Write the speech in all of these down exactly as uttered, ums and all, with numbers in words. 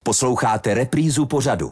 Posloucháte reprízu pořadu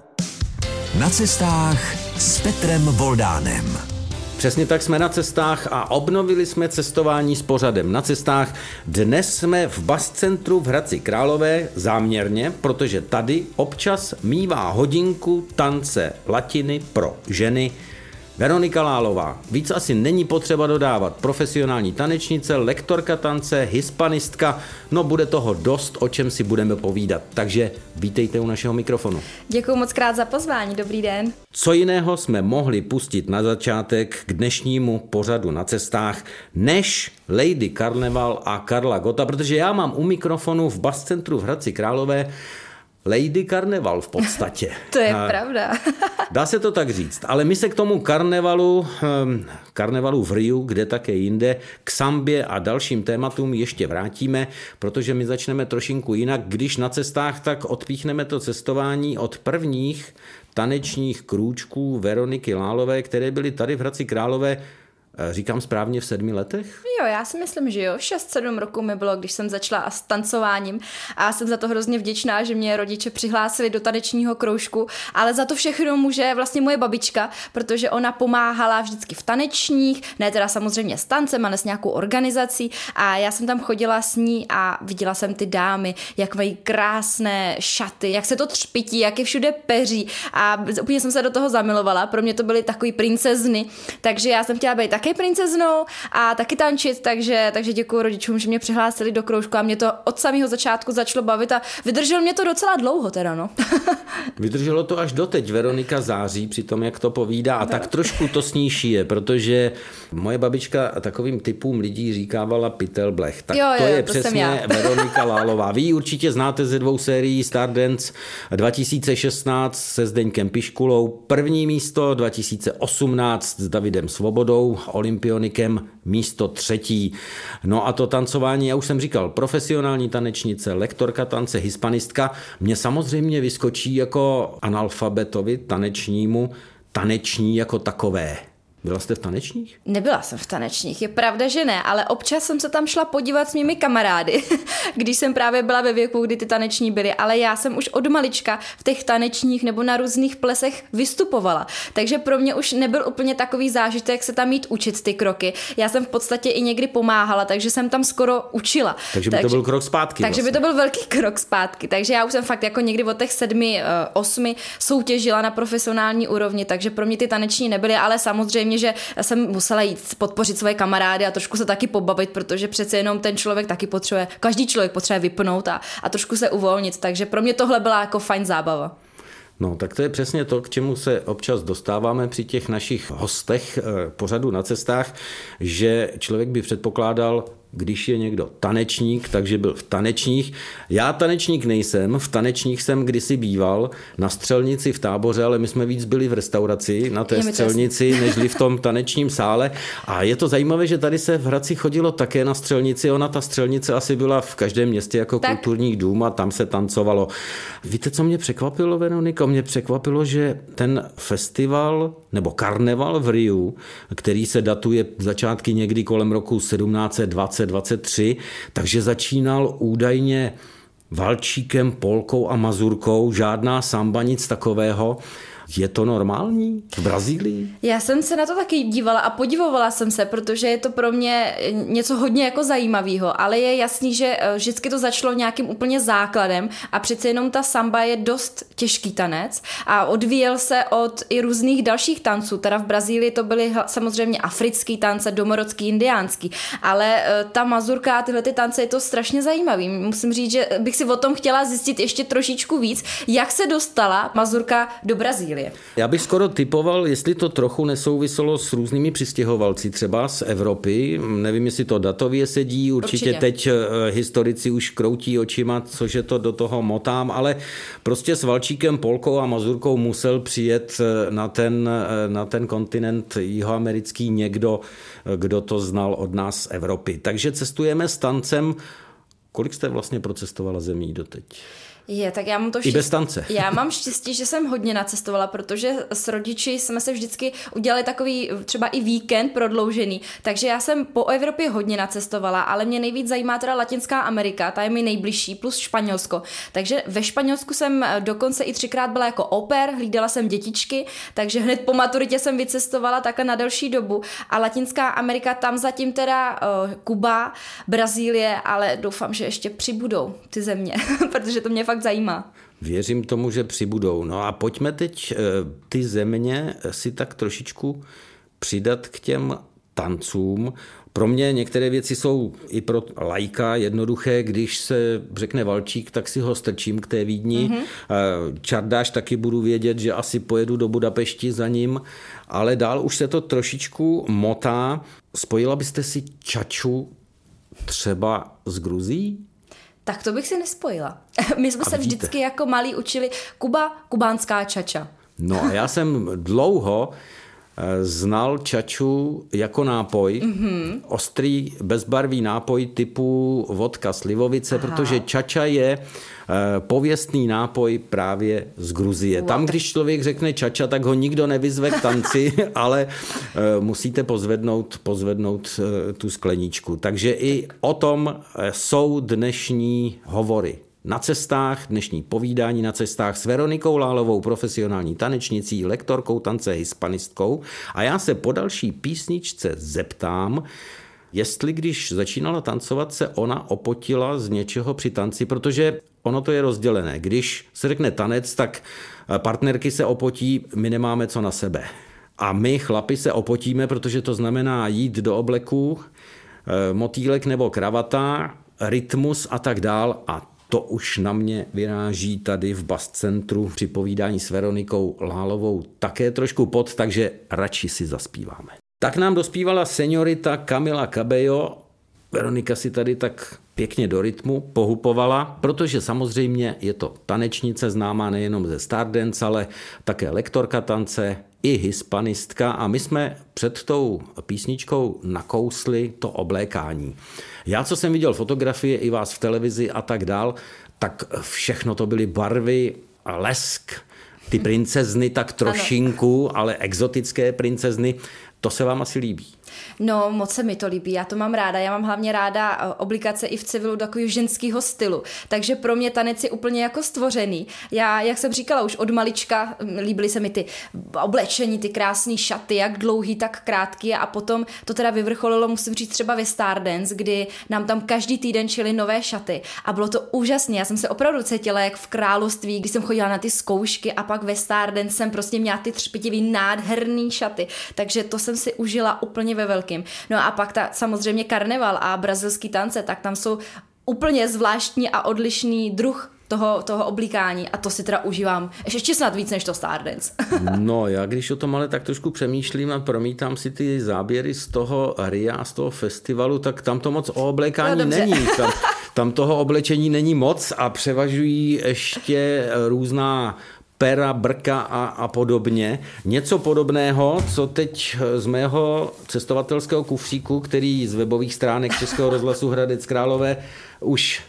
Na cestách s Petrem Voldánem. Přesně tak, jsme na cestách a obnovili jsme cestování s pořadem Na cestách. Dnes jsme v Bascentru v Hradci Králové záměrně, protože tady občas mívá hodinku tance latiny pro ženy Veronika Lálová. Víc asi není potřeba dodávat. Profesionální tanečnice, lektorka tance, hispanistka, no bude toho dost, o čem si budeme povídat. Takže vítejte u našeho mikrofonu. Děkuji moc krát za pozvání, dobrý den. Co jiného jsme mohli pustit na začátek k dnešnímu pořadu Na cestách, než Lady Karneval a Karla Gotta, protože já mám u mikrofonu v Bascentru v Hradci Králové Lady Karneval v podstatě. To je a pravda. Dá se to tak říct, ale my se k tomu karnevalu, karnevalu v Riu, kde také jinde, k sambě a dalším tématům ještě vrátíme, protože my začneme trošinku jinak. Když na cestách, tak odpíchneme to cestování od prvních tanečních krůčků Veroniky Lálové, které byly tady v Hradci Králové. Říkám správně v sedmi letech? Jo, já si myslím, že jo. šest sedm roků mi bylo, když jsem začala s tancováním a jsem za to hrozně vděčná, že mě rodiče přihlásili do tanečního kroužku, ale za to všechno může vlastně moje babička, protože ona pomáhala vždycky v tanečních, ne teda samozřejmě s tancem, ale s nějakou organizací a já jsem tam chodila s ní a viděla jsem ty dámy, jak mají krásné šaty, jak se to třpití, jak je všude peří a úplně jsem se do toho zamilovala. Pro mě to byly takový princezny, takže já jsem chtěla být taky princeznou a taky tančit, takže, takže děkuji rodičům, že mě přihlásili do kroužku a mě to od samého začátku začalo bavit a vydrželo mě to docela dlouho teda, no. Vydrželo to až doteď. Veronika září při tom, jak to povídá a no. Tak trošku to s ní šije, protože moje babička takovým typům lidí říkávala pytel blech. Tak jo, to jo, je to přesně Veronika Lálová. Vy ji určitě znáte ze dvou sérií Stardance dva tisíce šestnáct se Zdeňkem Piškulou, první místo, dva tisíce osmnáct s Davidem Svobodou, olympionikem místo třetí. No a to tancování, já už jsem říkal, profesionální tanečnice, lektorka tance, hispanistka, mě samozřejmě vyskočí jako analfabetovi tanečnímu, taneční jako takové. Byla jste v tanečních? Nebyla jsem v tanečních, je pravda, že ne, ale občas jsem se tam šla podívat s mými kamarády, když jsem právě byla ve věku, kdy ty taneční byly, ale já jsem už od malička v těch tanečních nebo na různých plesech vystupovala, takže pro mě už nebyl úplně takový zážitek se tam jít učit ty kroky. Já jsem v podstatě i někdy pomáhala, takže jsem tam skoro učila. Takže by takže, to byl krok zpátky. Takže vlastně. by to byl velký krok zpátky, takže já už jsem fakt jako někdy od těch sedmi, osmi soutěžila na profesionální úrovni, takže pro mě ty taneční nebyly, ale samozřejmě že jsem musela jít podpořit svoje kamarády a trošku se taky pobavit, protože přece jenom ten člověk taky potřebuje, každý člověk potřebuje vypnout a, a trošku se uvolnit, takže pro mě tohle byla jako fajn zábava. No, tak to je přesně to, k čemu se občas dostáváme při těch našich hostech pořadu Na cestách, že člověk by předpokládal, když je někdo tanečník, takže byl v tanečních. Já tanečník nejsem, v tanečních jsem kdysi býval na střelnici v Táboře, ale my jsme víc byli v restauraci na té střelnici, nežli v tom tanečním sále. A je to zajímavé, že tady se v Hradci chodilo také na střelnici. Ona, ta střelnice asi byla v každém městě jako tak. Kulturní dům a tam se tancovalo. Víte, co mě překvapilo, Veroniko? Mě překvapilo, že ten festival nebo karneval v Riu, který se datuje začátky někdy kolem roku sedmnáct dvacet dvacet tři, takže začínal údajně valčíkem, polkou a mazurkou, žádná samba, nic takového. Je to normální v Brazílii? Já jsem se na to taky dívala a podivovala jsem se, protože je to pro mě něco hodně jako zajímavého, ale je jasný, že vždycky to začalo nějakým úplně základem a přece jenom ta samba je dost těžký tanec a odvíjel se od i různých dalších tanců, teda v Brazílii to byly samozřejmě africký tance, domorodský, indiánský, ale ta mazurka a tyhle ty tance je to strašně zajímavý. Musím říct, že bych si o tom chtěla zjistit ještě trošičku víc, jak se dostala mazurka do Brazílie. Já bych skoro typoval, jestli to trochu nesouviselo s různými přistěhovalci, třeba z Evropy. Nevím, jestli to datově sedí, určitě, určitě. Teď historici už kroutí očima, cože to do toho motám, ale prostě s valčíkem, polkou a mazurkou musel přijet na ten, na ten kontinent jihoamerický někdo, kdo to znal od nás z Evropy. Takže cestujeme s tancem. Kolik jste vlastně procestovala zemí doteď? Je, tak já mám to štěstí. I bez tance. Já mám štěstí, že jsem hodně nacestovala, protože s rodiči jsme se vždycky udělali takový třeba i víkend prodloužený, takže já jsem po Evropě hodně nacestovala, ale mě nejvíc zajímá teda Latinská Amerika, ta je mi nejbližší, plus Španělsko. Takže ve Španělsku jsem dokonce i třikrát byla jako au pair, hlídala jsem dětičky, takže hned po maturitě jsem vycestovala takhle na delší dobu. A Latinská Amerika, tam zatím teda uh, Kuba, Brazílie, ale doufám, že ještě přibudou ty země, protože to mě fakt zajímá. Věřím tomu, že přibudou. No a pojďme teď ty země si tak trošičku přidat k těm tancům. Pro mě některé věci jsou i pro laika jednoduché, když se řekne valčík, tak si ho strčím k té Vídni. Mm-hmm. Čardáš taky budu vědět, že asi pojedu do Budapešti za ním, ale dál už se to trošičku motá. Spojila byste si čaču třeba s Gruzií? Tak to bych si nespojila. My jsme a se vidíte. Vždycky jako malí učili Kuba, kubánská čača. No a já jsem dlouho znal čaču jako nápoj, mm-hmm. ostrý, bezbarvý nápoj typu vodka slivovice, aha. protože čača je pověstný nápoj právě z Gruzie. Wow. Tam, když člověk řekne čača, tak ho nikdo nevyzve k tanci, ale musíte pozvednout, pozvednout tu skleničku. Takže i o tom jsou dnešní hovory. Na cestách, dnešní povídání na cestách s Veronikou Lálovou, profesionální tanečnicí, lektorkou tance, hispanistkou. A já se po další písničce zeptám, jestli když začínala tancovat, se ona opotila z něčeho při tanci, protože ono to je rozdělené. Když se řekne tanec, tak partnerky se opotí, my nemáme co na sebe. A my, chlapi, se opotíme, protože to znamená jít do obleku, motýlek nebo kravata, rytmus a tak dál. A to už na mě vyráží tady v Bas Centru při povídání s Veronikou Lálovou také trošku pod, takže radši si zaspíváme. Tak nám dospívala seniorita Camila Cabello. Veronika si tady tak pěkně do rytmu pohupovala, protože samozřejmě je to tanečnice známá nejenom ze Stardance, ale také lektorka tance i hispanistka a my jsme před tou písničkou nakousli to oblékání. Já, co jsem viděl fotografie i vás v televizi a tak dál, tak všechno to byly barvy a lesk, ty princezny tak trošinku, ano. ale exotické princezny. To se vám asi líbí? No, moc se mi to líbí, já to mám ráda. Já mám hlavně ráda oblikace i v civilu takového ženského stylu. Takže pro mě tanec je úplně jako stvořený. Já, jak jsem říkala, už od malička líbily se mi ty oblečení, ty krásné šaty, jak dlouhý, tak krátký. A potom to teda vyvrcholilo, musím říct, třeba ve Stardance, kdy nám tam každý týden šily nové šaty. A bylo to úžasné. Já jsem se opravdu cítila jak v království, když jsem chodila na ty zkoušky a pak ve Stardance jsem prostě měla ty třpitivý nádherný šaty. Takže to jsem si užila úplně ve velkým. No a pak ta, samozřejmě karneval a brazilský tance, tak tam jsou úplně zvláštní a odlišný druh toho, toho oblíkání a to si teda užívám ještě snad víc než to Stardance. No já když o tom ale tak trošku přemýšlím a promítám si ty záběry z toho Ria, z toho festivalu, tak tam to moc o oblékání no, není. Tam, tam toho oblečení není moc a převažují ještě různá pera, brka a, a podobně. Něco podobného, co teď z mého cestovatelského kufříku, který z webových stránek Českého rozhlasu Hradec Králové už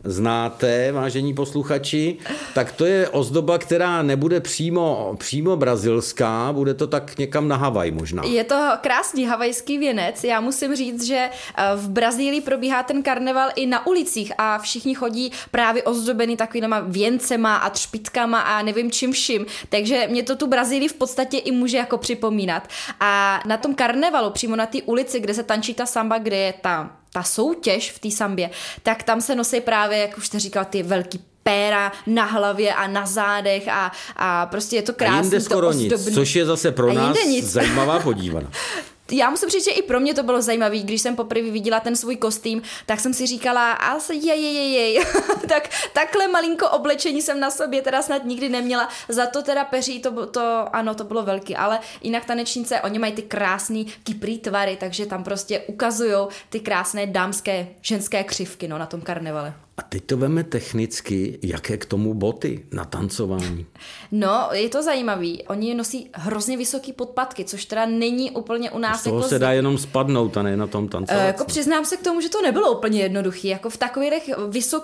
znáte, vážení posluchači, tak to je ozdoba, která nebude přímo, přímo brazilská, bude to tak někam na Havaj možná. Je to krásný havajský věnec. Já musím říct, že v Brazílii probíhá ten karneval i na ulicích a všichni chodí právě ozdobený takovýma věncema a třpitkama a nevím čím vším. Takže mě to tu Brazílii v podstatě i může jako připomínat. A na tom karnevalu, přímo na té ulici, kde se tančí ta samba, kde je ta ta soutěž v té sambě, tak tam se nosí právě, jak už jste říkal, ty velký péra na hlavě a na zádech a, a prostě je to krásný. A jinde skoro nic, což je zase pro nás zajímavá podívaná. Já musím říct, že i pro mě to bylo zajímavé, když jsem poprvé viděla ten svůj kostým, tak jsem si říkala, asi jej, jej, jej. tak takhle malinko oblečení jsem na sobě teda snad nikdy neměla, za to teda peří, to, to ano, to bylo velký, ale jinak tanečnice, oni mají ty krásný kyprý tvary, takže tam prostě ukazujou ty krásné dámské, ženské křivky, no, na tom karnevale. A teď to veme technicky, jaké k tomu boty na tancování? No, je to zajímavý. Oni nosí hrozně vysoký podpatky, což teda není úplně u nás. Z toho jako se dá jenom spadnout a ne na tom tancovat. E, jako přiznám se k tomu, že to nebylo úplně jednoduché. Jako v takových vysokých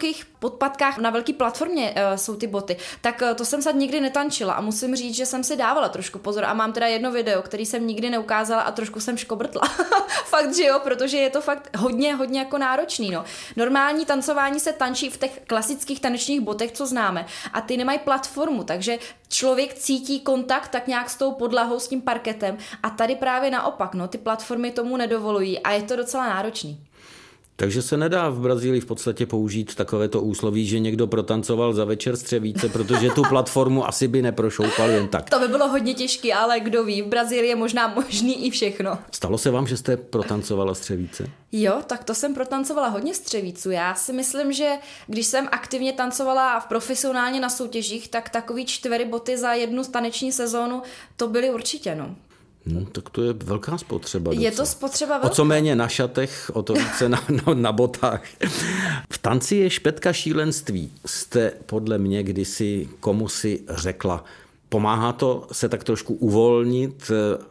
podpatkách na velký platformě uh, jsou ty boty, tak uh, to jsem snad nikdy netančila a musím říct, že jsem si dávala trošku pozor a mám teda jedno video, který jsem nikdy neukázala a trošku jsem škobrtla. Fakt, že jo, protože je to fakt hodně, hodně jako náročný, no. Normální tancování se tančí v těch klasických tanečních botech, co známe, a ty nemají platformu, takže člověk cítí kontakt tak nějak s tou podlahou, s tím parketem a tady právě naopak, no, ty platformy tomu nedovolují a je to docela náročný. Takže se nedá v Brazílii v podstatě použít takovéto úsloví, že někdo protancoval za večer střevíce, protože tu platformu asi by neprošoupal jen tak. To by bylo hodně těžké, ale kdo ví, v Brazílii je možná možný i všechno. Stalo se vám, že jste protancovala střevíce? Jo, tak to jsem protancovala hodně střevíců. Já si myslím, že když jsem aktivně tancovala profesionálně na soutěžích, tak takový čtyři boty za jednu taneční sezónu to byly určitě, no. No, tak to je velká spotřeba. Je docela. to spotřeba velká. O co méně na šatech, o to více na, na, na botách. V tanci je špetka šílenství. Jste podle mě kdysi komusi řekla. Pomáhá to se tak trošku uvolnit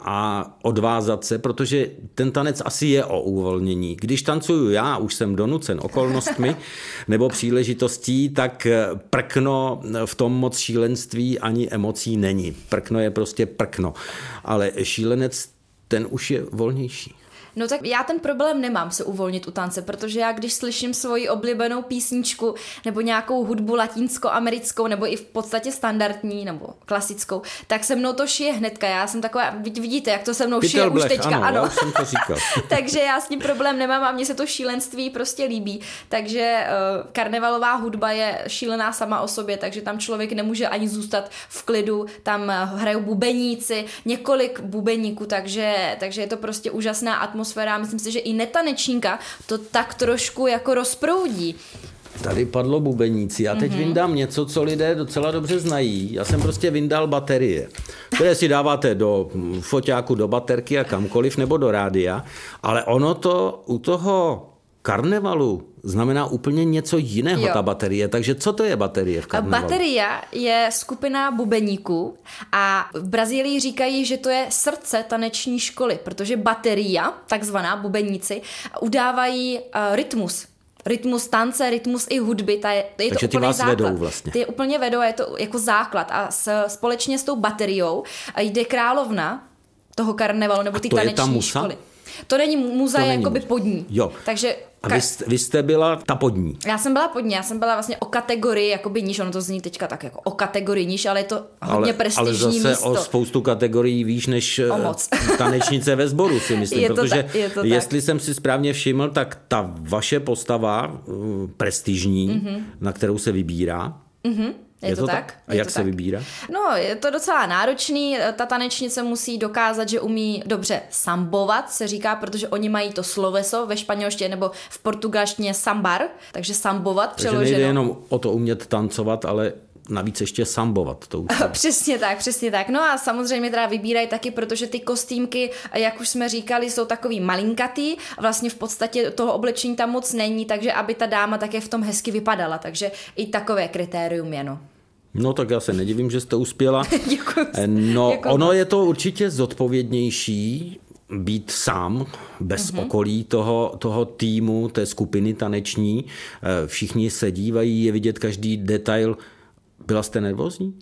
a odvázat se, protože ten tanec asi je o uvolnění. Když tancuju já, už jsem donucen okolnostmi nebo příležitostí, tak prkno v tom moc šílenství ani emocí není. Prkno je prostě prkno. Ale šílenec, ten už je volnější. No tak já ten problém nemám se uvolnit u tance, protože já když slyším svoji oblíbenou písničku nebo nějakou hudbu latinsko-americkou nebo i v podstatě standardní nebo klasickou, tak se mnou to šije hnedka. Já jsem taková, vidíte, jak to se mnou šije už teďka. Ano, ano. Já už jsem to říkal. Takže já s tím problém nemám a mně se to šílenství prostě líbí. Takže uh, karnevalová hudba je šílená sama o sobě, takže tam člověk nemůže ani zůstat v klidu, tam hrajou bubeníci, několik bubeníků, takže, takže je to prostě úžasná atmosféra. Myslím si, že i netanečníka to tak trošku jako rozproudí. Tady padlo bubeníci. Já teď mm-hmm. vyndám něco, co lidé docela dobře znají. Já jsem prostě vyndal baterie, které si dáváte do foťáku, do baterky a kamkoliv, nebo do rádia. Ale ono to u toho karnevalu znamená úplně něco jiného, jo. Ta baterie. Takže co to je baterie v karnevalu? Bateria je skupina bubeníků a v Brazílii říkají, že to je srdce taneční školy, protože bateria, takzvaná bubeníci, udávají uh, rytmus. Rytmus tance, rytmus i hudby, ta je, je takže to úplný ty vás základ. vedou vlastně. Ty je úplně vedou a je to jako základ a s, společně s tou bateriou jde královna toho karnevalu nebo ty taneční školy. To není muza, je jakoby podní. Jo. Takže a vy jste, vy jste byla ta podní. Já jsem byla podní, já jsem byla vlastně o kategorii jakoby níž, ono to zní teďka tak jako o kategorii níž, ale je to hodně ale, prestižní místo. Ale zase místo. o spoustu kategorií výš než tanečnice ve sboru, si myslím. Je to protože ta, je to jestli tak. jsem si správně všiml, tak ta vaše postava prestižní, mm-hmm. na kterou se vybírá, mm-hmm. Je, je to, to tak? A je jak to se tak. vybírá? No, je to docela náročný. Ta tanečnice musí dokázat, že umí dobře sambovat, se říká, protože oni mají to sloveso ve španělštině nebo v portugalštině sambar, takže sambovat takže přeloženo. Takže nejde jenom o to umět tancovat, ale navíc ještě sambovat. To už přesně tak, přesně tak. No a samozřejmě teda vybírají taky, protože ty kostýmky, jak už jsme říkali, jsou takový malinkatý. Vlastně v podstatě toho oblečení tam moc není, takže aby ta dáma také v tom hezky vypadala. Takže i takové kritérium je, no. No tak já se nedivím, že jste uspěla. Děkuji. No Děkuji. Ono je to určitě zodpovědnější být sám, bez mm-hmm. okolí toho, toho týmu, té skupiny taneční. Všichni se dívají, je vidět každý detail. Byla jste nervózní?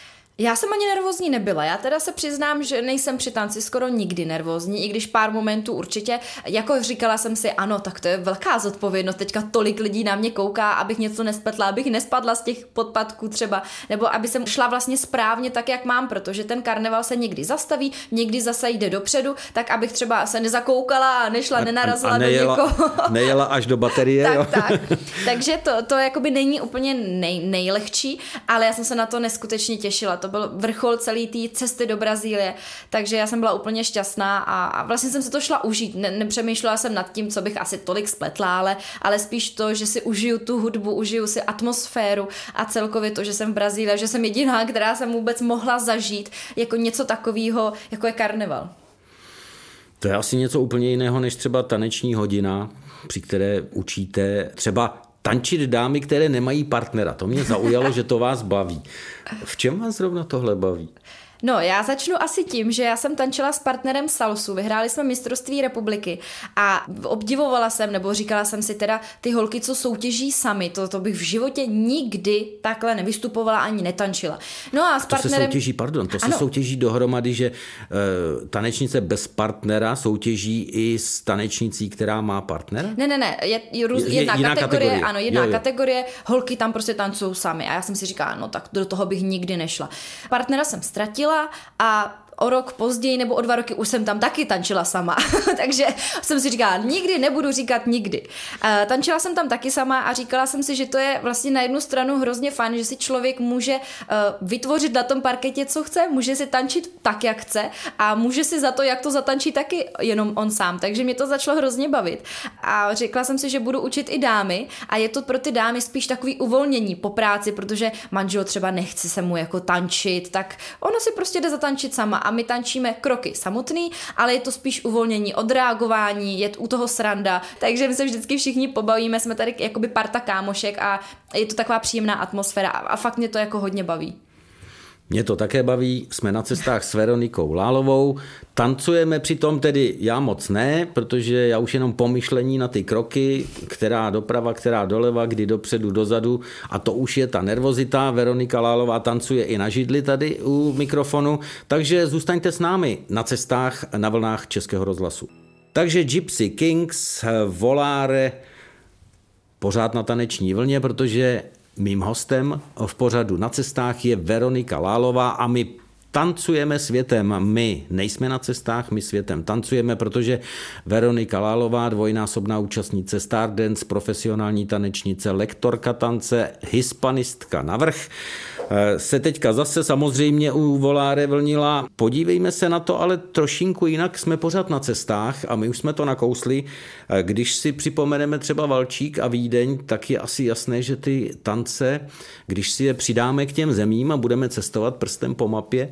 Já jsem ani nervózní nebyla. Já teda se přiznám, že nejsem při tanci skoro nikdy nervózní, i když pár momentů určitě, jako říkala jsem si, ano, tak to je velká zodpovědnost, teďka tolik lidí na mě kouká, abych něco nespletla, abych nespadla z těch podpadků třeba, nebo aby jsem šla vlastně správně tak, jak mám, protože ten karneval se někdy zastaví, někdy zase jde dopředu, tak abych třeba se nezakoukala a nešla, a, nenarazila a nejela, do někoho. Nejela až do baterie, tak, jo? Tak, takže to, to jakoby není úplně nej, nejlehčí, ale já jsem se na to neskutečně těšila. To byl vrchol celé té cesty do Brazílie, takže já jsem byla úplně šťastná a, a vlastně jsem se to šla užít. Ne, nepřemýšlela jsem nad tím, co bych asi tolik spletla, ale, ale spíš to, že si užiju tu hudbu, užiju si atmosféru a celkově to, že jsem v Brazílii, že jsem jediná, která jsem vůbec mohla zažít jako něco takového, jako je karneval. To je asi něco úplně jiného, než třeba taneční hodina, při které učíte třeba tančit dámy, které nemají partnera. To mě zaujalo, že to vás baví. V čem vás zrovna tohle baví? No, já začnu asi tím, že já jsem tančila s partnerem salsu, vyhráli jsme mistrovství republiky a obdivovala jsem, nebo říkala jsem si teda, ty holky, co soutěží sami, to, to bych v životě nikdy takhle nevystupovala ani netančila. No a s to partnerem... se soutěží, pardon, to ano. se soutěží dohromady, že e, tanečnice bez partnera soutěží i s tanečnicí, která má partnera? Ne, ne, ne, je, je, růz, je jedna jiná kategorie, kategorie, ano, jedna jo, jo. kategorie, holky tam prostě tancují sami a já jsem si říkala, no tak do toho bych nikdy nešla. Partnera jsem ztratila a o rok později nebo o dva roky už jsem tam taky tančila sama, takže jsem si říkala, nikdy nebudu říkat nikdy. Uh, tančila jsem tam taky sama a říkala jsem si, že to je vlastně na jednu stranu hrozně fajn, že si člověk může uh, vytvořit na tom parketě, co chce, může si tančit tak, jak chce a může si za to, jak to zatančí, taky jenom on sám, takže mě to začalo hrozně bavit. A řekla jsem si, že budu učit i dámy a je to pro ty dámy spíš takový uvolnění po práci, protože manžel třeba nechce se mu jako tančit, tak ono si prostě jde zatančit sama. A my tančíme kroky samotný, ale je to spíš uvolnění, odreagování, je u toho sranda, takže my se vždycky všichni pobavíme, jsme tady jakoby parta kámošek a je to taková příjemná atmosféra a fakt mě to jako hodně baví. Mě to také baví, jsme na cestách s Veronikou Lálovou, tancujeme přitom tedy, já moc ne, protože já už jenom pomyšlení na ty kroky, která doprava, která doleva, kdy dopředu, dozadu a to už je ta nervozita. Veronika Lálová tancuje i na židli tady u mikrofonu, takže zůstaňte s námi na cestách na vlnách Českého rozhlasu. Takže Gypsy Kings, Volare, pořád na taneční vlně, protože mým hostem v pořadu Na cestách je Veronika Lálová a my tancujeme světem. My nejsme na cestách, my světem tancujeme, protože Veronika Lálová, dvojnásobná účastnice Stardance, profesionální tanečnice, lektorka tance, hispanistka navrch, se teďka zase samozřejmě u Volare vlnila. Podívejme se na to, ale trošinku jinak, jsme pořád na cestách a my už jsme to nakousli. Když si připomeneme třeba Valčík a Vídeň, tak je asi jasné, že ty tance, když si je přidáme k těm zemím a budeme cestovat prstem po mapě,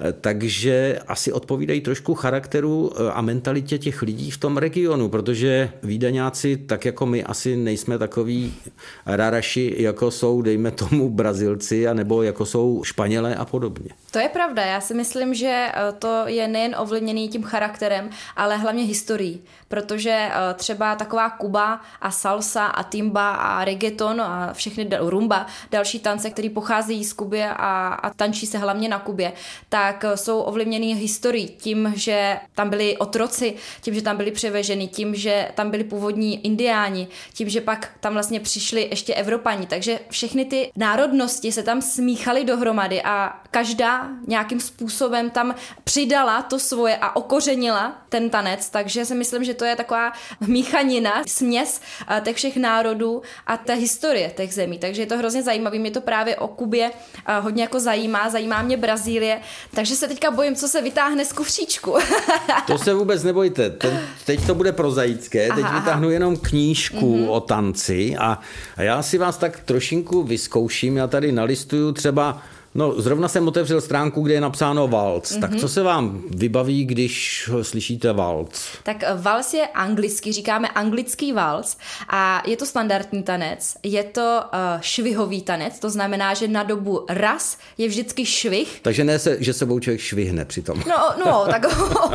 takže asi odpovídají trošku charakteru a mentalitě těch lidí v tom regionu, protože Vídeňáci, tak jako my, asi nejsme takový raraši, jako jsou, dejme tomu, Brazilci, anebo jako jsou Španělé a podobně. To je pravda, já si myslím, že to je nejen ovlivněný tím charakterem, ale hlavně historií, protože třeba taková Kuba a salsa a timba a reggaeton a všechny rumba, další tance, které pocházejí z Kuby a, a tančí se hlavně na Kubě, tak jsou ovlivněný historií tím, že tam byli otroci, tím, že tam byli převeženi, tím, že tam byli původní indiáni, tím, že pak tam vlastně přišli ještě Evropani, takže všechny ty národnosti se tam smíchaly dohromady a každá nějakým způsobem tam přidala to svoje a okořenila ten tanec, takže si myslím, že to je taková míchanina, směs těch všech národů a té historie těch zemí, takže je to hrozně zajímavé, mě to právě o Kubě hodně jako zajímá, zajímá mě Brazílie, takže se teďka bojím, co se vytáhne z kufříčku. To se vůbec nebojte, Ten, teď to bude prozaické, aha, teď vytáhnu aha. jenom knížku mm-hmm. o tanci a, a já si vás tak trošinku vyzkouším, já tady nalistuju třeba. No, zrovna jsem otevřel stránku, kde je napsáno valc. Mm-hmm. Tak co se vám vybaví, když slyšíte valc? Tak valc je anglicky, říkáme anglický valc a je to standardní tanec. Je to uh, švihový tanec, to znamená, že na dobu raz je vždycky švih. Takže ne, se, že sebou člověk švihne přitom. No, no, tak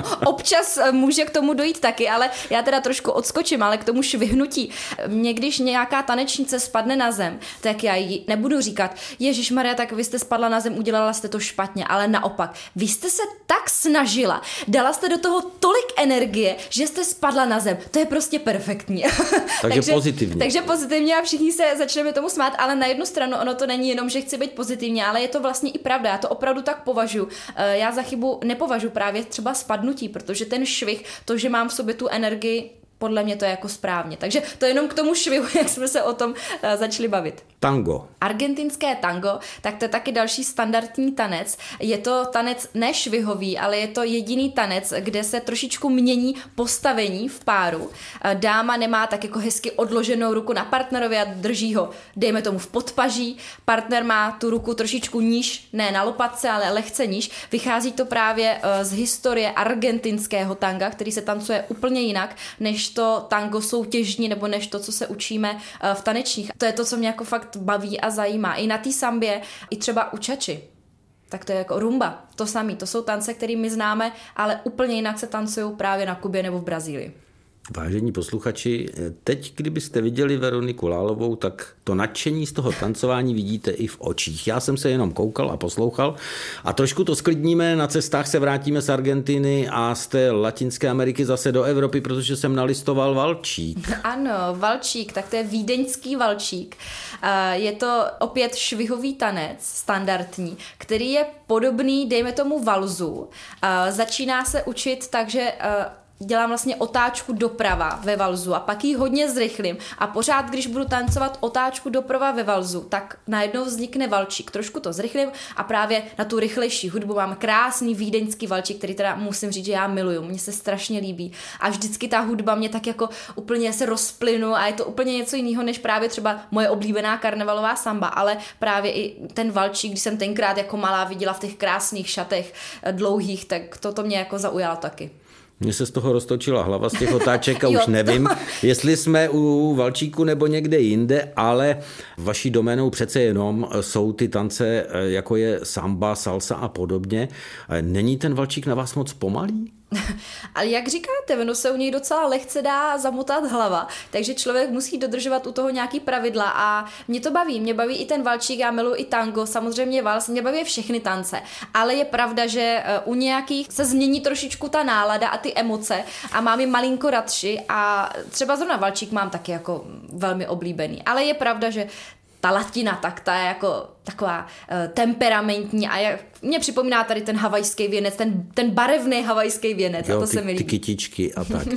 občas může k tomu dojít taky, ale já teda trošku odskočím, ale k tomu švihnutí. Mě, když nějaká tanečnice spadne na zem, tak já jí nebudu říkat, Ježišmarja, tak vy jste spadla na zem, udělala jste to špatně, ale naopak, vy jste se tak snažila, dala jste do toho tolik energie, že jste spadla na zem. To je prostě perfektní. Takže, takže pozitivně. Takže pozitivně a všichni se začneme tomu smát, ale na jednu stranu ono to není jenom, že chci být pozitivní, ale je to vlastně i pravda. Já to opravdu tak považuji. Já za chybu nepovažuji právě třeba spadnutí, protože ten švih, to, že mám v sobě tu energii, podle mě to je jako správně. Takže to jenom k tomu švihu, jak jsme se o tom uh, začali bavit. Tango. Argentinské tango, tak to je taky další standardní tanec. Je to tanec ne švihový, ale je to jediný tanec, kde se trošičku mění postavení v páru. Dáma nemá tak jako hezky odloženou ruku na partnerovi a drží ho, dejme tomu, v podpaží. Partner má tu ruku trošičku níž, ne na lopatce, ale lehce níž. Vychází to právě uh, z historie argentinského tanga, který se tancuje úplně jinak, než to tango soutěžní, nebo než to, co se učíme uh, v tanečních. To je to, co mě jako fakt baví a zajímá. I na té sambě, i třeba u čači. tak to je jako rumba, to samé. To jsou tance, které my známe, ale úplně jinak se tancují právě na Kubě nebo v Brazílii. Vážení posluchači, teď, kdybyste viděli Veroniku Lálovou, tak to nadšení z toho tancování vidíte i v očích. Já jsem se jenom koukal a poslouchal a trošku to sklidníme, na cestách se vrátíme z Argentiny a z té Latinské Ameriky zase do Evropy, protože jsem nalistoval valčík. Ano, valčík, tak to je vídeňský valčík. Je to opět švihový tanec, standardní, který je podobný, dejme tomu, valzu. Začíná se učit takže dělám vlastně otáčku doprava ve valzu a pak ji hodně zrychlím a pořád, když budu tancovat otáčku doprava ve valzu, tak najednou vznikne valčík. Trošku to zrychlím a právě na tu rychlejší hudbu mám krásný vídeňský valčík, který teda musím říct, že já miluju, mně se strašně líbí a vždycky ta hudba mě tak jako úplně se rozplynu a je to úplně něco jiného, než právě třeba moje oblíbená karnevalová samba, ale právě i ten valčík, když jsem tenkrát jako malá viděla v těch krásných šatech dlouhých, tak to, to mě jako zaujalo taky. Mně se z toho roztočila hlava z těch otáček a už nevím, jestli jsme u valčíku nebo někde jinde, ale vaší doménou přece jenom jsou ty tance, jako je samba, salsa a podobně. Není ten valčík na vás moc pomalý? Ale jak říkáte, ono se u něj docela lehce dá zamotat hlava, takže člověk musí dodržovat u toho nějaký pravidla a mě to baví, mě baví i ten valčík, já miluji i tango, samozřejmě vals, mě baví všechny tance, ale je pravda, že u nějakých se změní trošičku ta nálada a ty emoce a mám je malinko radši a třeba zrovna valčík mám taky jako velmi oblíbený, ale je pravda, že ta latina, tak ta je jako taková uh, temperamentní a je, mě připomíná tady ten havajský věnec, ten, ten barevný havajský věnec jo, a to ty, se mi líbí. Ty kytičky a tak.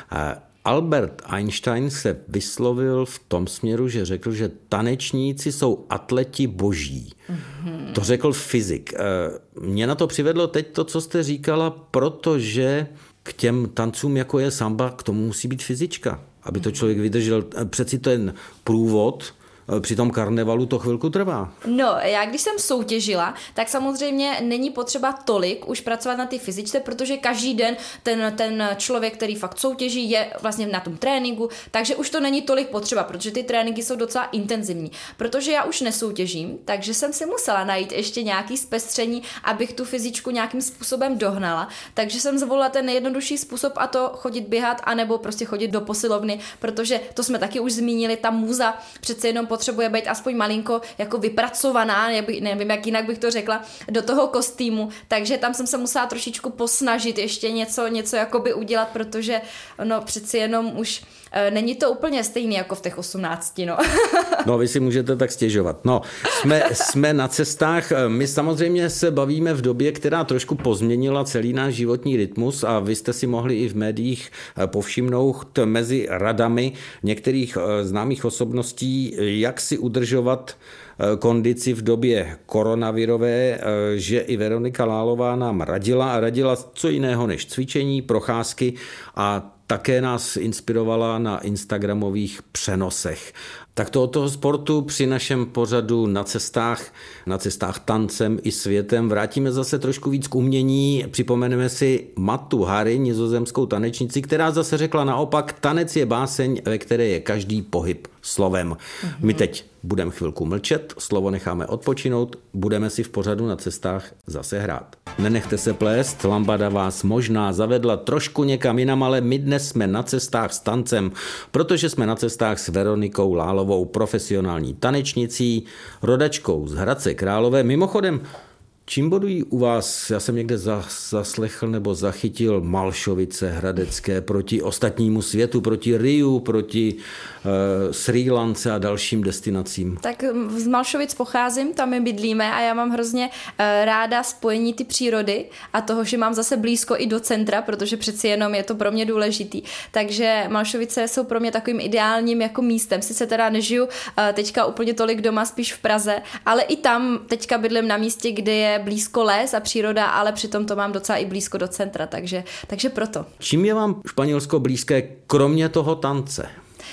Albert Einstein se vyslovil v tom směru, že řekl, že tanečníci jsou atleti boží. Mm-hmm. To řekl fyzik. Mě na to přivedlo teď to, co jste říkala, protože k těm tancům, jako je samba, k tomu musí být fyzička, aby to člověk vydržel. Přeci ten průvod při tom karnevalu to chvilku trvá. No, já když jsem soutěžila, tak samozřejmě není potřeba tolik už pracovat na ty fyzičce, protože každý den ten, ten člověk, který fakt soutěží, je vlastně na tom tréninku, takže už to není tolik potřeba, protože ty tréninky jsou docela intenzivní. Protože já už nesoutěžím, takže jsem si musela najít ještě nějaký zpestření, abych tu fyzičku nějakým způsobem dohnala. Takže jsem zvolila ten nejjednodušší způsob a to chodit běhat, anebo prostě chodit do posilovny, protože to jsme taky už zmínili, ta můza přece jenom potřebuje být aspoň malinko jako vypracovaná, nevím, jak jinak bych to řekla, do toho kostýmu, takže tam jsem se musela trošičku posnažit ještě něco, něco jakoby udělat, protože no přeci jenom už e, není to úplně stejný jako v těch osmnácti, no. No, vy si můžete tak stěžovat. No, jsme, jsme na cestách, my samozřejmě se bavíme v době, která trošku pozměnila celý náš životní rytmus a vy jste si mohli i v médiích povšimnout mezi radami některých známých osobností, jak si udržovat kondici v době koronavirové, že i Veronika Lálová nám radila a radila co jiného než cvičení, procházky a také nás inspirovala na instagramových přenosech. Tak to od toho sportu při našem pořadu na cestách, na cestách tancem i světem vrátíme zase trošku víc k umění. Připomeneme si Matu Hari, nizozemskou tanečnici, která zase řekla naopak, tanec je báseň, ve které je každý pohyb slovem. Mm-hmm. My teď budeme chvilku mlčet, slovo necháme odpočinout, budeme si v pořadu na cestách zase hrát. Nenechte se plést, lambada vás možná zavedla trošku někam jinam, ale my dnes jsme na cestách s tancem, protože jsme na cestách s Veronikou Lálovou, profesionální tanečnicí, rodačkou z Hradce Králové. Mimochodem, čím bodují u vás, já jsem někde zaslechl nebo zachytil, Malšovice hradecké proti ostatnímu světu, proti Riu, proti uh, Srí Lance a dalším destinacím? Tak z Malšovic pocházím, tam my bydlíme a já mám hrozně uh, ráda spojení ty přírody a toho, že mám zase blízko i do centra, protože přeci jenom je to pro mě důležitý. Takže Malšovice jsou pro mě takovým ideálním jako místem. Sice teda nežiju uh, teďka úplně tolik doma, spíš v Praze, ale i tam teďka bydlím na místě, kde je blízko les a příroda, ale přitom to mám docela i blízko do centra, takže, takže proto. Čím je vám Španělsko blízké, kromě toho tance?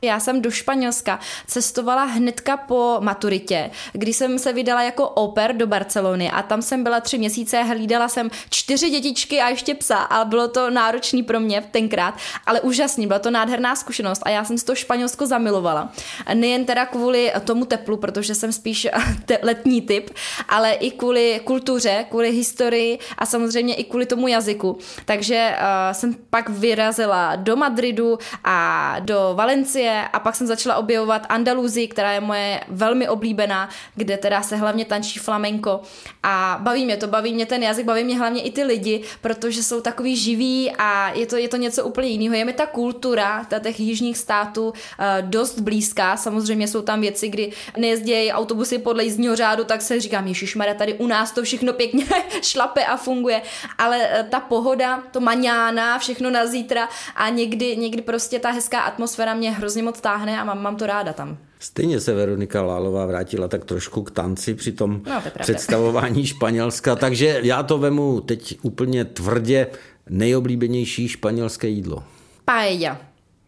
Já jsem do Španělska cestovala hnedka po maturitě, kdy jsem se vydala jako au pair do Barcelony a tam jsem byla tři měsíce, hlídala jsem čtyři dětičky a ještě psa a bylo to náročný pro mě tenkrát, ale úžasný, byla to nádherná zkušenost a já jsem si to Španělsko zamilovala. Nejen teda kvůli tomu teplu, protože jsem spíš letní typ, ale i kvůli kultuře, kvůli historii a samozřejmě i kvůli tomu jazyku. Takže uh, jsem pak vyrazila do Madridu a do Valencie a pak jsem začala objevovat Andaluzii, která je moje velmi oblíbená, kde teda se hlavně tančí flamenko a baví mě to, baví mě ten jazyk, baví mě hlavně i ty lidi, protože jsou takový živí a je to, je to něco úplně jiného. Je mi ta kultura těch jižních států uh, dost blízká, samozřejmě jsou tam věci, kdy nejezdí autobusy podle jízdního řádu, tak se říkám, ježišmarja, tady u nás to všechno pěkně šlape a funguje, ale uh, ta pohoda, to maňána, všechno na zítra a někdy, někdy prostě ta hezká atmosféra mě hrozně moc táhne a mám, mám to ráda tam. Stejně se Veronika Lálová vrátila tak trošku k tanci při tom no, představování Španělska, takže já to vemu teď úplně tvrdě, nejoblíbenější španělské jídlo. Paella.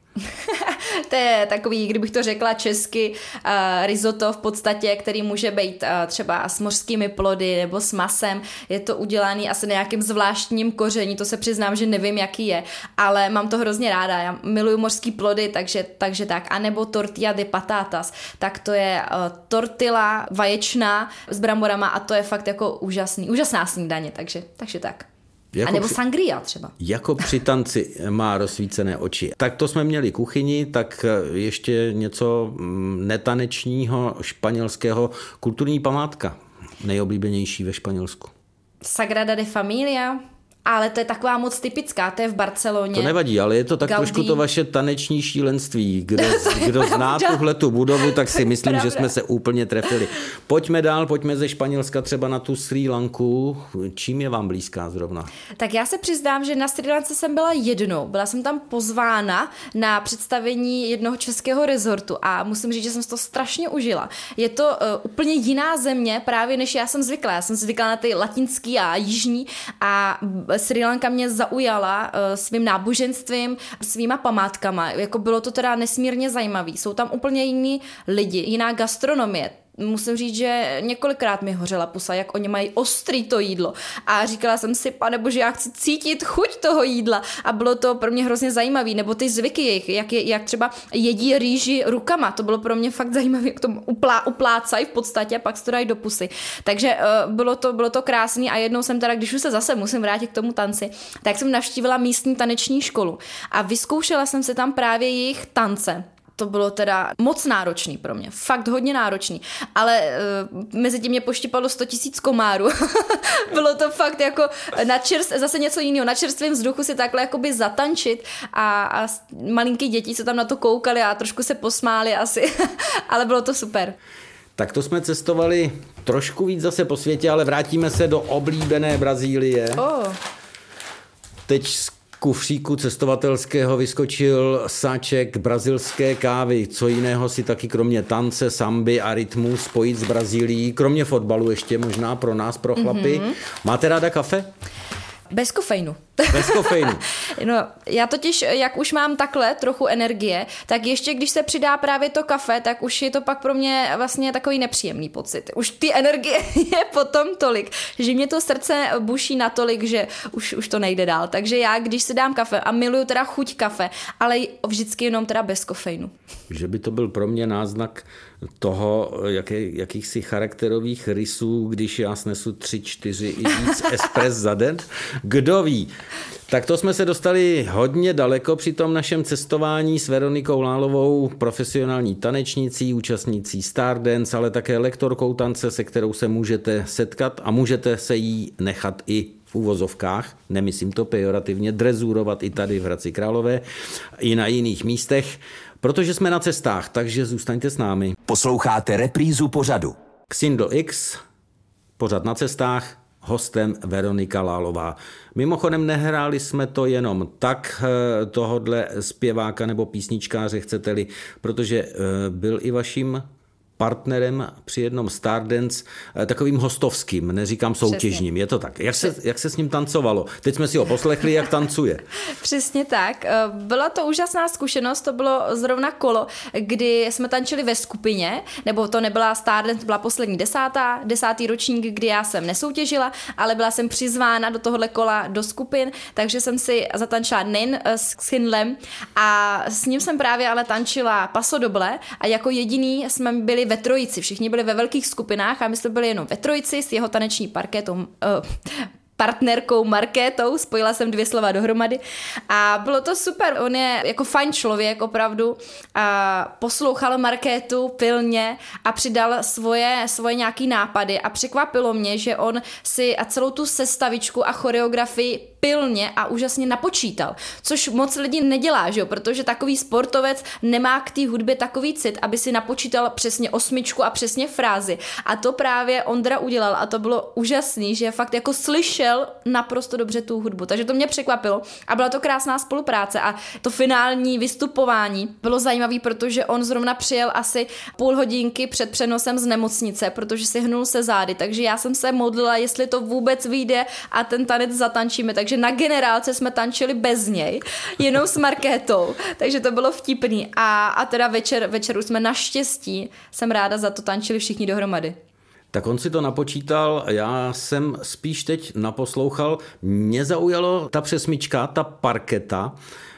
To je takový, kdybych to řekla česky, uh, risotto v podstatě, který může být uh, třeba s mořskými plody nebo s masem. Je to udělaný asi nějakým zvláštním koření, to se přiznám, že nevím, jaký je, ale mám to hrozně ráda. Já miluju mořský plody, takže, takže tak. A nebo tortilla de patatas, tak to je uh, tortilla vaječná s bramborama a to je fakt jako úžasný, úžasná snídaně, takže, takže tak. Jako a nebo při, sangria třeba. Jako při tanci má rozsvícené oči. Tak to jsme měli kuchyni, tak ještě něco netanečního, španělského. Kulturní památka, nejoblíbenější ve Španělsku. Sagrada de Familia, ale to je taková moc typická, to je v Barceloně. To nevadí, ale je to tak Gaudí. Trošku to vaše taneční šílenství. Kdo, kdo zná tuhletu budovu, tak si myslím, Pravda. že jsme se úplně trefili. Pojďme dál, pojďme ze Španělska třeba na tu Srí Lanku. Čím je vám blízká zrovna? Tak já se přiznám, že na Srí Lance jsem byla jednou. Byla jsem tam pozvána na představení jednoho českého rezortu a musím říct, že jsem si to strašně užila. Je to uh, úplně jiná země právě, než já jsem zvyklá. Já jsem zvyklá na ty latinský a jižní a Srí Lanka mě zaujala uh, svým náboženstvím, svýma památkama. Jako bylo to teda nesmírně zajímavý. Jsou tam úplně jiní lidi, jiná gastronomie. Musím říct, že několikrát mi hořela pusa, jak oni mají ostrý to jídlo. A říkala jsem si, panebože, já chci cítit chuť toho jídla. A bylo to pro mě hrozně zajímavé. Nebo ty zvyky jejich, jak, je, jak třeba jedí rýži rukama. To bylo pro mě fakt zajímavé, jak to uplá, uplácají v podstatě a pak se to dají do pusy. Takže uh, bylo to, bylo to krásný a jednou jsem teda, když už se zase musím vrátit k tomu tanci, tak jsem navštívila místní taneční školu. A vyzkoušela jsem se tam právě jejich tance. To bylo teda moc náročný pro mě, fakt hodně náročný, ale uh, mezi tím mě poštípalo sto tisíc komárů. Bylo to fakt jako na čerst, zase něco jiného, na čerstvém vzduchu si takhle jakoby zatančit a, a malinký děti se tam na to koukali a trošku se posmáli asi, ale bylo to super. Tak to jsme cestovali trošku víc zase po světě, ale vrátíme se do oblíbené Brazílie. Oh. Teď z kufříku cestovatelského vyskočil sáček brazilské kávy. Co jiného si taky kromě tance, samby a rytmu spojit s Brazílií, kromě fotbalu ještě možná pro nás, pro chlapy. Mm-hmm. Máte ráda kafe? Bez kofeinu. Bez kofeinu. No, já totiž, jak už mám takhle trochu energie, tak ještě když se přidá právě to kafe, tak už je to pak pro mě vlastně takový nepříjemný pocit. Už ty energie je potom tolik, že mě to srdce buší natolik, že už, už to nejde dál. Takže já, když si dám kafe a miluju teda chuť kafe, ale vždycky jenom teda bez kofeinu. Že by to byl pro mě náznak toho, jaký, jakýchsi charakterových rysů, když já snesu tři, čtyři i víc espres za den. Kdo ví? Tak to jsme se dostali hodně daleko při tom našem cestování s Veronikou Lálovou, profesionální tanečnicí, účastnicí Stardance, ale také lektorkou tance, se kterou se můžete setkat a můžete se jí nechat i v uvozovkách, nemyslím to pejorativně, drezurovat i tady v Hradci Králové, i na jiných místech, protože jsme na cestách, takže zůstaňte s námi. Posloucháte reprízu pořadu. Xindl X, pořad na cestách, hostem Veronika Lálová. Mimochodem nehráli jsme to jenom tak, tohodle zpěváka nebo písničkáře, chcete-li, protože byl i vaším partnerem při jednom Stardance, takovým hostovským, neříkám soutěžním. Přesně. Je to tak. Jak se, jak se s ním tancovalo? Teď jsme si ho poslechli, jak tancuje. Přesně tak. Byla to úžasná zkušenost, to bylo zrovna kolo, kdy jsme tančili ve skupině, nebo to nebyla Stardance, to byla poslední desátá, desátý ročník, kdy já jsem nesoutěžila, ale byla jsem přizvána do tohohle kola do skupin, takže jsem si zatančila nejen s Hindlem a s ním jsem právě ale tančila paso doble a jako jediný jsme byli ve trojici, všichni byli ve velkých skupinách a my jsme byli jenom ve trojici s jeho taneční parketou, uh, partnerkou Markétou, spojila jsem dvě slova dohromady a bylo to super, on je jako fajn člověk opravdu a poslouchal Markétu pilně a přidal svoje, svoje nějaký nápady a překvapilo mě, že on si a celou tu sestavičku a choreografii pilně a úžasně napočítal, což moc lidí nedělá, že jo? Protože takový sportovec nemá k té hudbě takový cit, aby si napočítal přesně osmičku a přesně frázi. A to právě Ondra udělal a to bylo úžasný, že fakt jako slyšel naprosto dobře tu hudbu. Takže to mě překvapilo a byla to krásná spolupráce a to finální vystupování bylo zajímavé, protože on zrovna přijel asi půl hodinky před přenosem z nemocnice, protože si hnul se zády, takže já jsem se modlila, jestli to vůbec vyjde a ten tanec zatančíme, takže na generálce jsme tančili bez něj, jenom s Markétou, takže to bylo vtipný a, a teda večer, večer už jsme naštěstí, jsem ráda za to, tančili všichni dohromady. Tak on si to napočítal, já jsem spíš teď naposlouchal, mě zaujalo ta přesmička, ta parketa,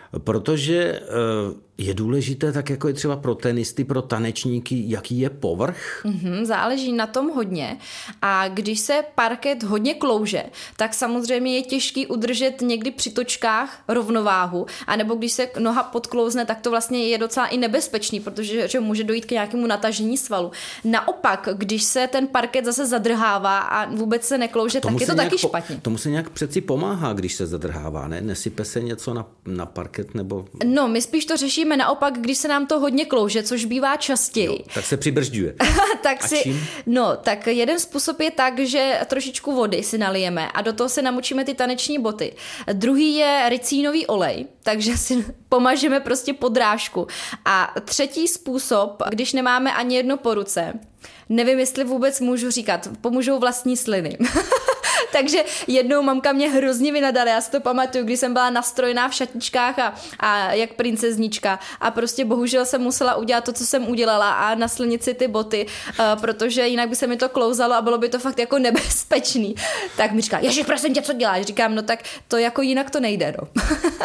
protože je důležité, tak jako je třeba pro tenisty, pro tanečníky, jaký je povrch? Mm-hmm, záleží na tom hodně a když se parket hodně klouže, tak samozřejmě je těžký udržet někdy při točkách rovnováhu, anebo když se noha podklouzne, tak to vlastně je docela i nebezpečný, protože že může dojít k nějakému natažení svalu. Naopak, když se ten parket zase zadrhává a vůbec se neklouže, tak je to taky po, špatně. Tomu se nějak přeci pomáhá, když se zadrhává, ne? Nesype se něco na, na parket nebo... No, my spíš to řešíme naopak, když se nám to hodně klouže, což bývá častěji. Jo, tak se přibržďuje. tak a si, čím? No, tak jeden způsob je tak, že trošičku vody si nalijeme a do toho si namočíme ty taneční boty. Druhý je ricínový olej, takže si pomažeme prostě podrážku. A třetí způsob, když nemáme ani jedno po ruce, nevím, jestli vůbec můžu říkat, pomůžou vlastní sliny. Takže jednou mamka mě hrozně vynadala, já si to pamatuju, když jsem byla nastrojená v šatičkách a, a jak princeznička a prostě bohužel jsem musela udělat to, co jsem udělala a naslnit si ty boty, uh, protože jinak by se mi to klouzalo a bylo by to fakt jako nebezpečný. Tak mi říká, ježiš, prosím tě, co děláš? Říkám, no tak to jako jinak to nejde, no.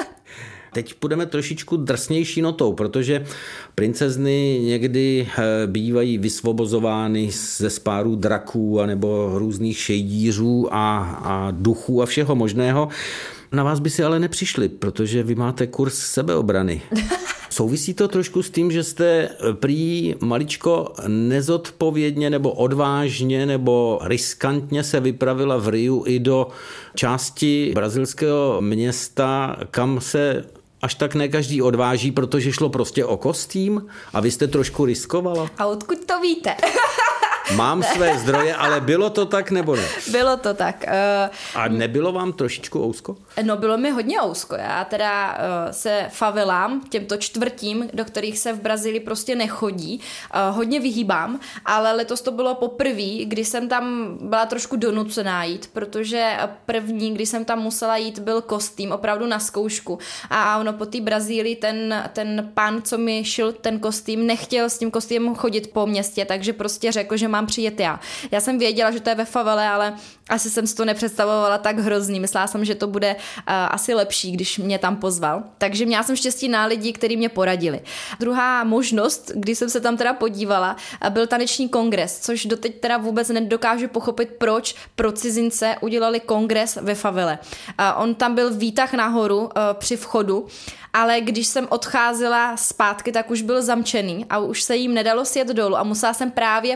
Teď půjdeme trošičku drsnější notou, protože princezny někdy bývají vysvobozovány ze spárů draků anebo různých šejdířů a, a duchů a všeho možného. Na vás by si ale nepřišli, protože vy máte kurz sebeobrany. Souvisí to trošku s tím, že jste prý maličko nezodpovědně nebo odvážně nebo riskantně se vypravila v Riu i do části brazilského města, kam se až tak ne každý odváží, protože šlo prostě o kostým a vy jste trošku riskovala. A odkud to víte? Mám své zdroje, ale bylo to tak nebo ne? Bylo to tak. Uh, a nebylo vám trošičku ousko? No bylo mi hodně ousko. Já teda uh, se favelám, těmto čtvrtím, do kterých se v Brazílii prostě nechodí, uh, hodně vyhýbám, ale letos to bylo poprvé, kdy jsem tam byla trošku donucená jít, protože první, když jsem tam musela jít, byl kostým, opravdu na zkoušku. A ono po té Brazílii ten, ten pán, co mi šil ten kostým, nechtěl s tím kostýmem chodit po městě, takže prostě řekl, že mám přijet já. Já jsem věděla, že to je ve favele, ale asi jsem si to nepředstavovala tak hrozný. Myslela jsem, že to bude uh, asi lepší, když mě tam pozval. Takže měla jsem štěstí na lidi, kteří mě poradili. Druhá možnost, když jsem se tam teda podívala, byl taneční kongres, což doteď teda vůbec nedokážu pochopit, proč pro cizince udělali kongres ve favele. Uh, on tam byl výtah nahoru uh, při vchodu, ale když jsem odcházela zpátky, tak už byl zamčený a už se jim nedalo sjet dolů a musela jsem právě projít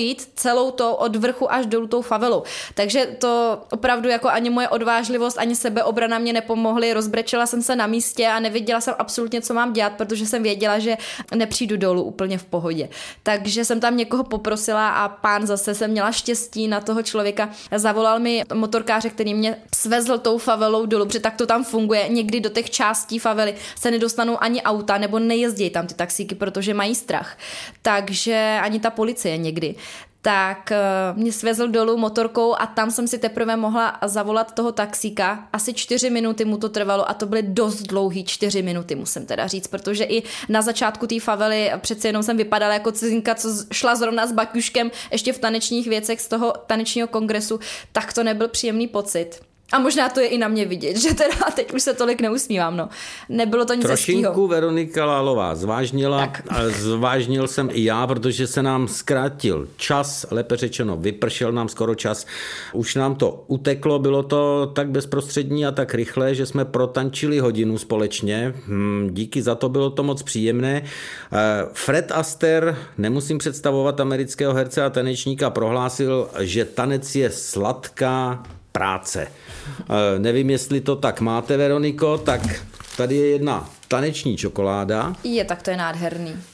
projít celou to od vrchu až dolů tou favelou. Takže to opravdu jako ani moje odvážlivost, ani sebeobrana mě nepomohly. Rozbrečela jsem se na místě a nevěděla jsem absolutně, co mám dělat, protože jsem věděla, že nepřijdu dolů úplně v pohodě. Takže jsem tam někoho poprosila a pán zase jsem měla štěstí na toho člověka. Zavolal mi motorkáře, který mě svezl tou favelou dolů, protože tak to tam funguje. Někdy do těch částí favely se nedostanou ani auta nebo nejezdí tam ty taxíky, protože mají strach. Takže ani ta policie někdy. Tak mě svezl dolů motorkou a tam jsem si teprve mohla zavolat toho taxíka. Asi čtyři minuty mu to trvalo a to byly dost dlouhý čtyři minuty, musím teda říct, protože i na začátku té favely přece jenom jsem vypadala jako cizinka, co šla zrovna s baťuškem ještě v tanečních věcech z toho tanečního kongresu, tak to nebyl příjemný pocit. A možná to je i na mě vidět, že teda teď už se tolik neusmívám, no. Nebylo to nic hezkýho. Trošinku Veronika Lálová zvážnila, tak. A zvážnil jsem i já, protože se nám zkrátil čas, lépe řečeno vypršel nám skoro čas. Už nám to uteklo, bylo to tak bezprostřední a tak rychle, že jsme protančili hodinu společně. Hm, díky za to, bylo to moc příjemné. Fred Astaire, nemusím představovat, amerického herce a tanečníka, prohlásil, že tanec je sladká práce. E, nevím, jestli to tak máte, Veroniko, tak tady je jedna taneční čokoláda. Je, tak to je nádherný. E,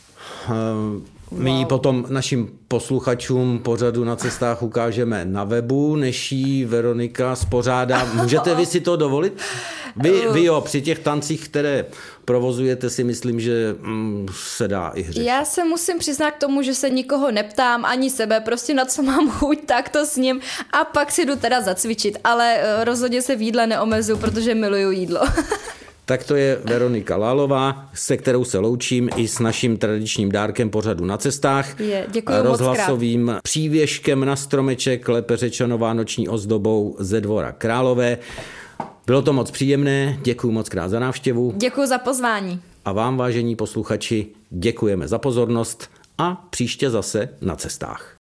my ji potom našim posluchačům pořadu Na cestách ukážeme na webu, než ji Veronika spořádá. Můžete vy si to dovolit? Vy, vy jo, při těch tancích, které provozujete, si myslím, že mm, se dá i hřešit. Já se musím přiznat k tomu, že se nikoho neptám, ani sebe, prostě na co mám chuť, tak to s ním a pak si jdu teda zacvičit, ale rozhodně se v jídle neomezuju, protože miluju jídlo. Tak to je Veronika Lálová, se kterou se loučím i s naším tradičním dárkem pořadu Na cestách. Je, děkuji rozhlasovým moc krát. Přívěškem na stromeček, lépe řečeno vánoční ozdobou ze Dvora Králové. Bylo to moc příjemné, děkuji moc krát za návštěvu. Děkuji za pozvání. A vám, vážení posluchači, děkujeme za pozornost a příště zase Na cestách.